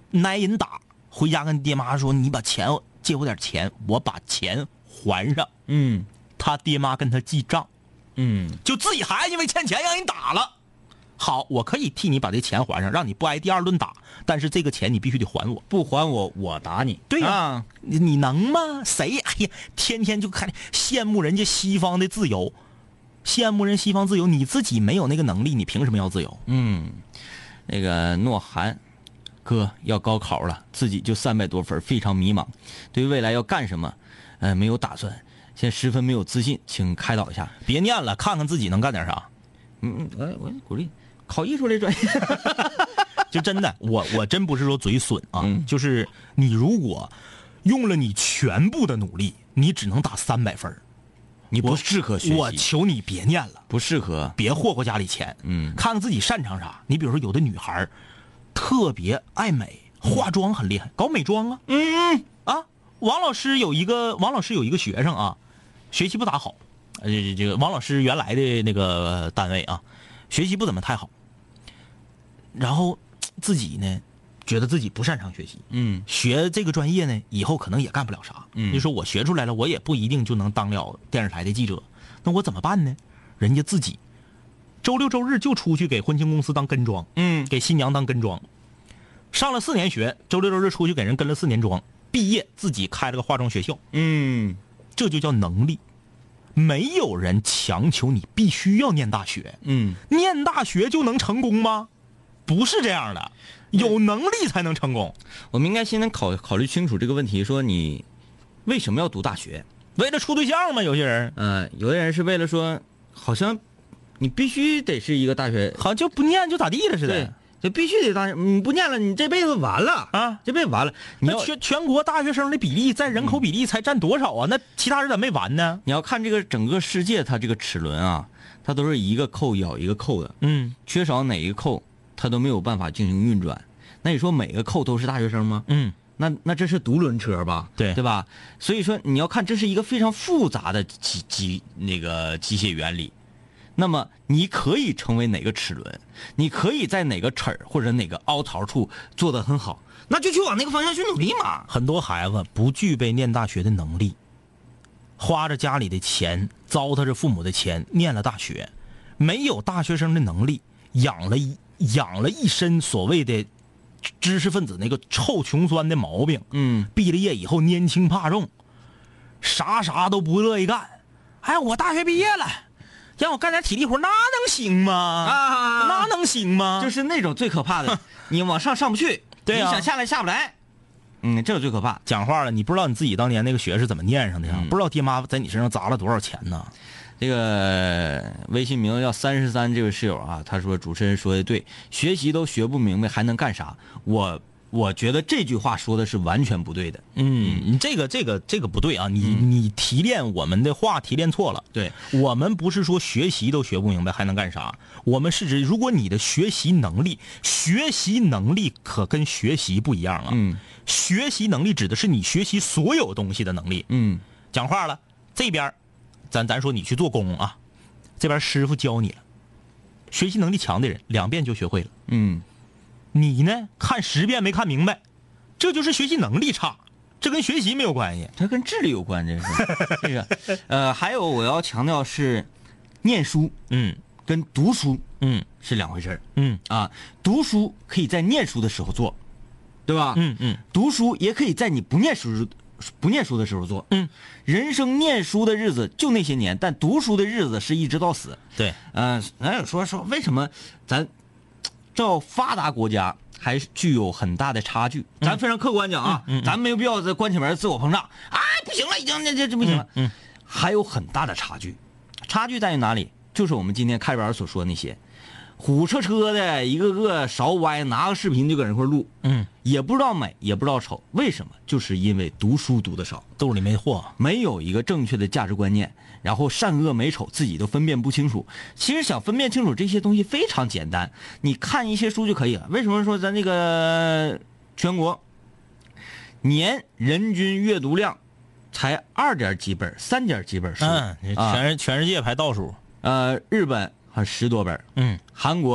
挨人打，回家跟爹妈说你把钱借我点钱，我把钱还上。他爹妈跟他记账。就自己孩子因为欠钱让人打了。好，我可以替你把这钱还上，让你不挨第二顿打，但是这个钱你必须得还我， 不还我打你。 对呀，你能吗？谁哎呀，天天就看羡慕人家西方的自由，羡慕人西方自由，你自己没有那个能力，你凭什么要自由？ 那个诺涵哥要高考了，自己就300多分，非常迷茫，对于未来要干什么，没有打算，现在十分没有自信，请开导一下。 别念了，看看自己能干点啥。 我鼓励考艺术类专业。 就真的，我真不是说嘴损啊，就是你如果用了你全部的努力，你只能打300分， 你不适合学习。 我求你别念了， 不适合， 别霍霍家里钱。看看自己擅长啥。你比如说，有的女孩特别爱美，化妆很厉害，搞美妆啊。王老师有一个学生啊，学习不咋好。这个王老师原来的那个单位啊，学习不怎么太好，然后自己呢觉得自己不擅长学习，学这个专业呢以后可能也干不了啥，你说我学出来了，我也不一定就能当了电视台的记者，那我怎么办呢？人家自己周六周日就出去给婚庆公司当跟妆，给新娘当跟妆，上了4年学，周六周日出去给人跟了4年妆，毕业自己开了个化妆学校，这就叫能力。没有人强求你必须要念大学，念大学就能成功吗？不是这样的，有能力才能成功。 我们应该先能考虑清楚这个问题，说你为什么要读大学？ 为了处对象吗？有些人， 有的人是为了说，好像你必须得是一个大学， 好像就不念就咋地了似的。 就必须得当，你不念了，你这辈子完了啊！这辈子完了。你要全国大学生的比例在人口比例才占多少啊？那其他人咋没完呢？ 你要看这个整个世界，它这个齿轮啊，它都是一个扣咬一个扣的，缺少哪一个扣，它都没有办法进行运转。那你说每个扣都是大学生吗？那这是独轮车吧？对吧？所以说你要看，这是一个非常复杂的机械原理。那么你可以成为哪个齿轮，你可以在哪个齿儿或者哪个凹槽处做得很好，那就去往那个方向去努力嘛。 很多孩子不具备念大学的能力，花着家里的钱，糟蹋着父母的钱，念了大学，没有大学生的能力，养了一身所谓的知识分子那个臭穷酸的毛病。毕了业以后拈轻怕重，啥都不乐意干。哎，我大学毕业了，让我干点体力活，那能行吗？那能行吗？ 就是那种最可怕的，你往上上不去， 对啊， 你想下来下不来，这个最可怕。 讲话了，你不知道你自己当年那个学是怎么念上的呀？不知道爹妈在你身上砸了多少钱呢？ 这个微信名字叫33这位室友啊，他说主持人说的对，学习都学不明白还能干啥？我觉得这句话说的是完全不对的。 你这个不对啊！你提炼我们的话提炼错了。 对， 我们不是说学习都学不明白还能干啥，我们是指如果你的学习能力可跟学习不一样啊。学习能力指的是你学习所有东西的能力。讲话了，这边咱说你去做工啊，这边师傅教你了，学习能力强的人2遍就学会了。你呢，看10遍没看明白，这就是学习能力差，这跟学习没有关系， 它跟智力有关。这个还有我要强调是，念书跟读书是2回事。读书可以在念书的时候做，对吧？读书也可以在你不念书的时候做。人生念书的日子就那些年，但读书的日子是一直到死。 对， 咱有说为什么咱照发达国家还具有很大的差距？咱非常客观讲啊，咱没有必要在关起门自我膨胀。不行了，已经这不行了。还有很大的差距，差距在于哪里？就是我们今天开板所说的那些虎车车的一个个勺歪，拿个视频就搁那块录，也不知道美，也不知道丑，为什么？就是因为读书读得少， 兜里没货， 没有一个正确的价值观念，然后善恶美丑自己都分辨不清楚。其实想分辨清楚这些东西非常简单，你看一些书就可以了。为什么说咱这个全国年人均阅读量才2点几本、3点几本书？ 全世界排倒数。 日本还10多本，韩国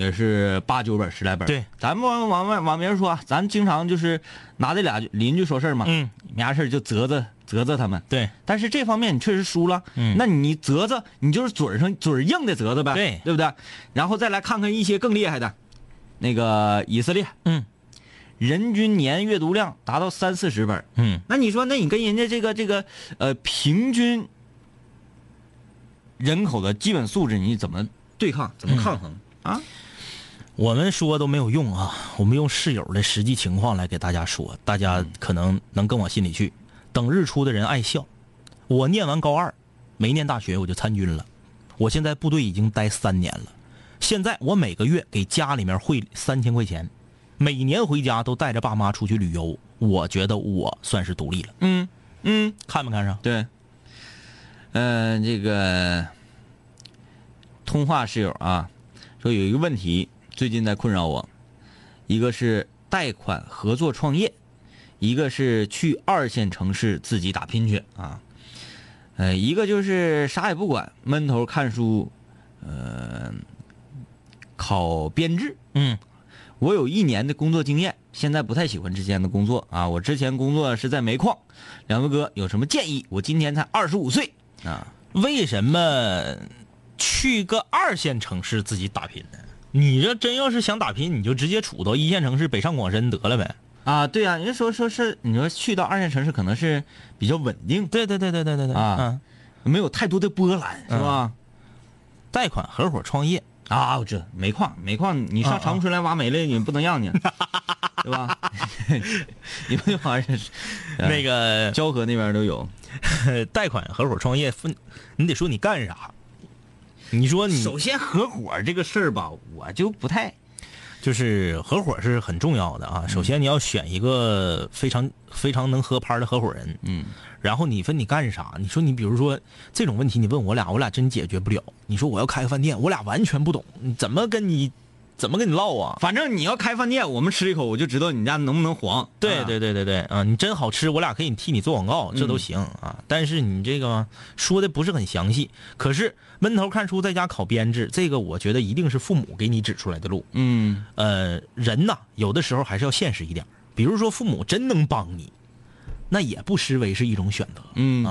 也是8、9本、10来本。 对， 咱们往别人说，咱经常就是拿这俩邻居说事儿嘛，没啥事就啧他们。 对， 但是这方面你确实输了，那你啧，你就是嘴硬的啧呗，对不对？然后再来看看一些更厉害的，那个以色列，人均年阅读量达到30-40本，那你说，那你跟人家这个平均人口的基本素质，你怎么对抗，怎么抗衡啊？ 我们说都没有用啊，我们用室友的实际情况来给大家说，大家可能能更往心里去。等日出的人爱笑，我念完高2，没念大学我就参军了，我现在部队已经待3年了，现在我每个月给家里面汇3000块钱，每年回家都带着爸妈出去旅游，我觉得我算是独立了。看没看上？ 对。这个通话室友啊，说有一个问题最近在困扰我，一个是贷款合作创业，一个是去2线城市自己打拼去啊。一个就是啥也不管，闷头看书，考编制。我有1年的工作经验，现在不太喜欢之前的工作啊。我之前工作是在煤矿，两位哥有什么建议？我今年才25岁。 为什么去个2线城市自己打拼呢？你这真要是想打拼，你就直接处到1线城市北上广深得了呗。 啊，对啊，人家说是你说去到2线城市可能是比较稳定， 对啊， 没有太多的波澜，是吧？ 贷款合伙创业啊，我知道煤矿，你上长春来挖煤来，你不能让你，对吧？你们好像是那个蛟河那边都有。 贷款合伙创业分，你得说你干啥。你说你首先合伙这个事儿吧，我就不太， 就是合伙是很重要的啊。首先你要选一个非常非常能合拍的合伙人，然后你分你干啥？你说你比如说这种问题，你问我俩真解决不了。你说我要开个饭店，我俩完全不懂，怎么跟你唠啊？ 反正你要开饭店，我们吃一口我就知道你家能不能黄。 对啊，你真好吃，我俩可以替你做广告，这都行啊。但是你这个说的不是很详细。可是闷头看书在家考编制，这个我觉得一定是父母给你指出来的路。人呐，有的时候还是要现实一点。比如说父母真能帮你，那也不失为是一种选择。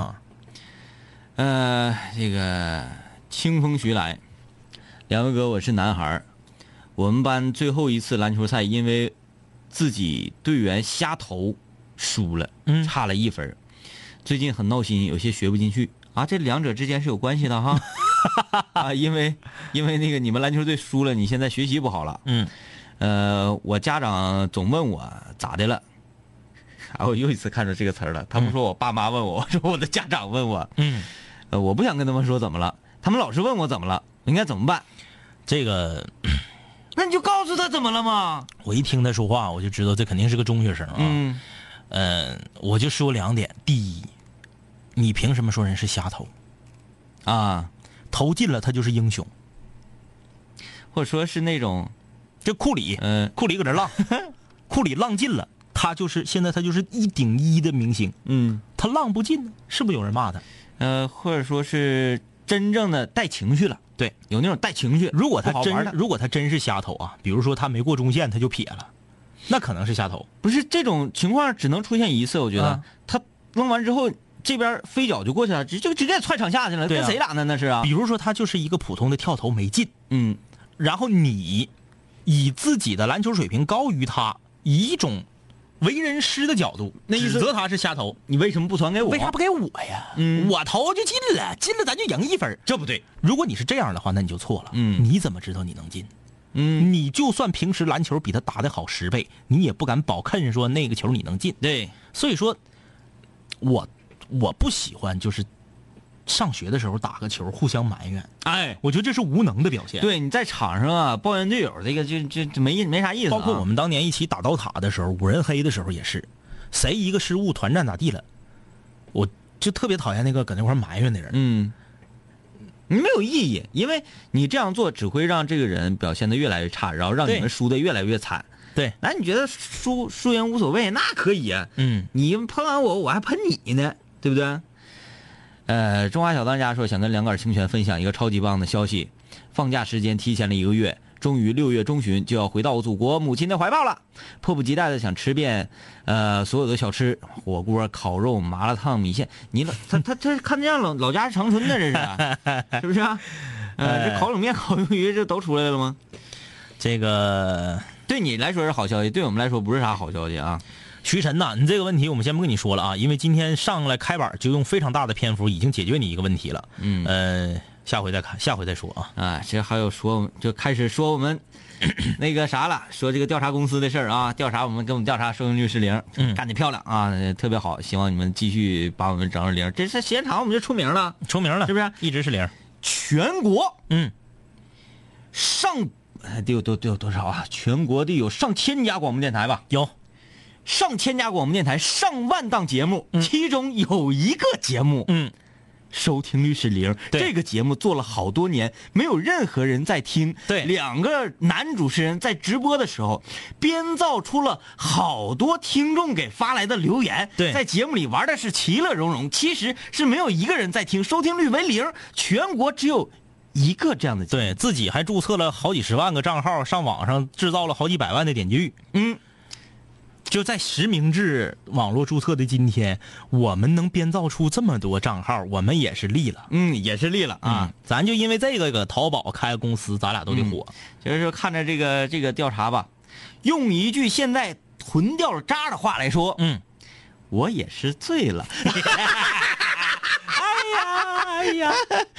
这个清风徐来，两位哥，我是男孩，我们班最后一次篮球赛因为自己队员瞎投输了，差了1分，最近很闹心，有些学不进去啊。这两者之间是有关系的哈。啊，因为那个你们篮球队输了，你现在学习不好了。我家长总问我咋的了，啊，我又一次看着这个词儿了。他们说我爸妈问我，我说我的家长问我。我不想跟他们说怎么了，他们老是问我怎么了，应该怎么办？ 这个， 那你就告诉他怎么了嘛。 我一听他说话，我就知道这肯定是个中学生啊。我就说2点：第一，你凭什么说人是瞎投？ 啊， 投进了他就是英雄， 或者说是那种， 这库里搁这浪，库里浪进了，现在他就是1顶1的明星。他浪不进呢，是不是有人骂他？ 或者说是真正的带情绪了。对，有那种带情绪。 如果他真是瞎投啊，比如说他没过中线他就撇了，那可能是瞎投。 不是，这种情况只能出现一次，我觉得。他扔完之后，这边飞脚就过去了，直接踹场下去了，跟谁打呢？那是啊。 比如说他就是一个普通的跳投没进，然后你以自己的篮球水平高于他，以一种为人师的角度指责他是瞎投， 你为什么不传给我？ 为啥不给我呀？我投就进了咱就赢1分， 这不对。 如果你是这样的话，那你就错了。你怎么知道你能进？你就算平时篮球比他打得好10倍，你也不敢保肯说那个球你能进。 对， 所以说，我不喜欢就是上学的时候打个球互相埋怨。我觉得这是无能的表现。 对，你在场上啊抱怨队友，这个就没啥意思。 包括我们当年一起打刀塔的时候，5人黑的时候也是，谁一个失误团战咋地了，我就特别讨厌那个搁那块埋怨的人。 你没有意义，因为你这样做只会让这个人表现得越来越差，然后让你们输得越来越惨。 对， 那你觉得输赢无所谓，那可以啊。你喷完我还喷你呢，对不对？中华小当家说想跟两杆清泉分享一个超级棒的消息，放假时间提前了1个月， 终于6月中旬就要回到祖国母亲的怀抱了，迫不及待的想吃遍所有的小吃，火锅、烤肉、麻辣烫、米线。他看这样老家是长春的，这是是不是啊？这烤冷面、烤鱿鱼这都出来了吗？ 这个对你来说是好消息，对我们来说不是啥好消息啊。 徐晨呐，你这个问题我们先不跟你说了啊，因为今天上来开板就用非常大的篇幅已经解决你一个问题了。下回再说啊。 啊，这还有就开始说我们那个啥了，说这个调查公司的事儿啊，给我们调查收听率是0，干得漂亮啊，特别好，希望你们继续把我们整成0，这是时间长我们就出名了， 是不是？一直是0。 全国得有多少啊？全国得有上千家广播电台吧？ 有上千家广播电台，上万档节目，其中有一个节目，收听率是0。这个节目做了好多年，没有任何人在听。 对 ，2个男主持人在直播的时候，编造出了好多听众给发来的留言。 对， 在节目里玩的是其乐融融，其实是没有一个人在听，收听率为0，全国只有一个这样的节目。 对，自己还注册了好几十万个账号，上网上制造了好几百万的点击率。就在实名制网络注册的今天，我们能编造出这么多账号，我们也是利了。 也是利了啊！ 咱就因为这个搁淘宝开个公司，咱俩都得火。 就是说看着这个调查吧，用一句现在囤掉了渣的话来说，我也是醉了。哎呀，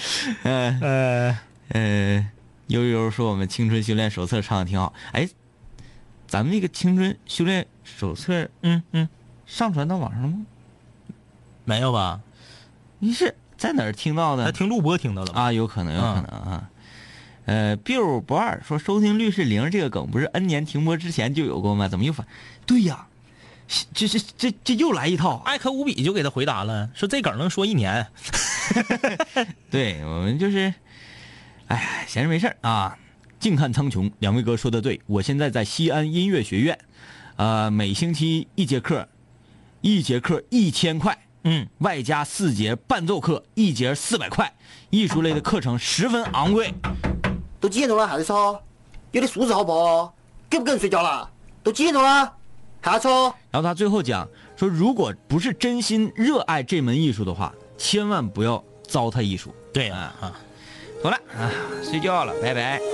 悠悠说我们青春修炼手册唱的挺好。哎，咱们那个青春修炼手册，上传到网上了吗？ 没有吧？ 你是在哪儿听到的？ 听录播听到了啊，有可能啊。biu 不二说收听率是0，这个梗不是 N 年停播之前就有过吗？怎么又反？对呀，这又来一套。 艾科无比就给他回答了，说这梗能说1年。 对，我们就是，哎，闲着没事啊。静看苍穹，两位哥说的对，我现在在西安音乐学院，每星期1节课，1000块，外加4节伴奏课，1节400块，艺术类的课程十分昂贵。 都几点钟了还在吵？有点素质好不好？给不给人睡觉了？都几点钟了还吵？ 然后他最后讲说，如果不是真心热爱这门艺术的话，千万不要糟蹋艺术。 对啊， 好了啊，睡觉了，拜拜。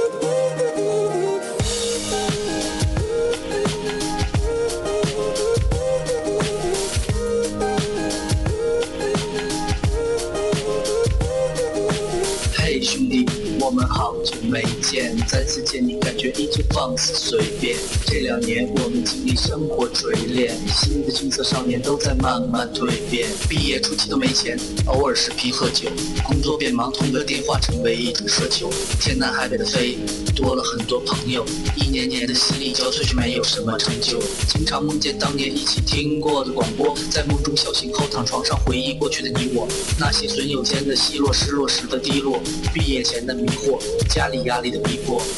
嘿，兄弟，我们好久没见，再次见你感觉依旧放肆随便。这2年我们经历生活锤炼，新的青涩少年都在慢慢蜕变。毕业初期都没钱，偶尔视频喝酒，工作变忙，通个电话成为一种奢求。天南海北的飞，多了很多朋友，一年年的犀利交瘁却没有什么成就。经常梦见当年一起听过的广播，在梦中小醒后躺床上回忆过去的你我，那些损友间的奚落，失落时的低落，毕业前的迷惑，家里压力的逼迫。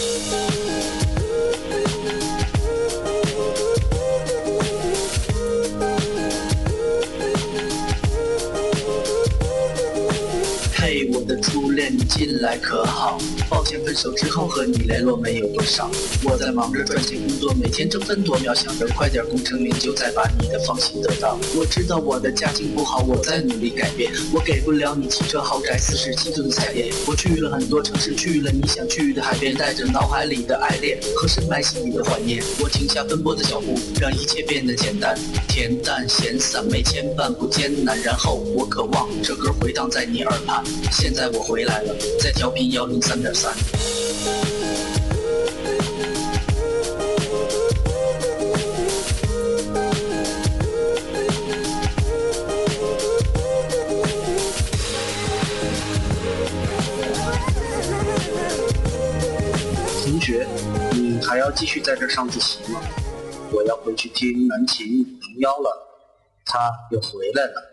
嘿，我的初恋，你近来可好？抱歉，分手之后和你联络没有多少。我在忙着赚钱工作，每天争分夺秒，想着快点功成名就，再把你的芳心得到。我知道我的家境不好，我在努力改变。我给不了你汽车豪宅47寸的彩电。我去了很多城市，去了你想去的海边，带着脑海里的爱恋和深埋心里的怀念。我停下奔波的脚步，让一切变得简单，恬淡闲散，没牵绊不艰难。然后我渴望这歌回荡在你耳畔。现在我回来了，在调频103.3。同学，你还要继续在这上自习吗？我要回去听南琴501了，他又回来了。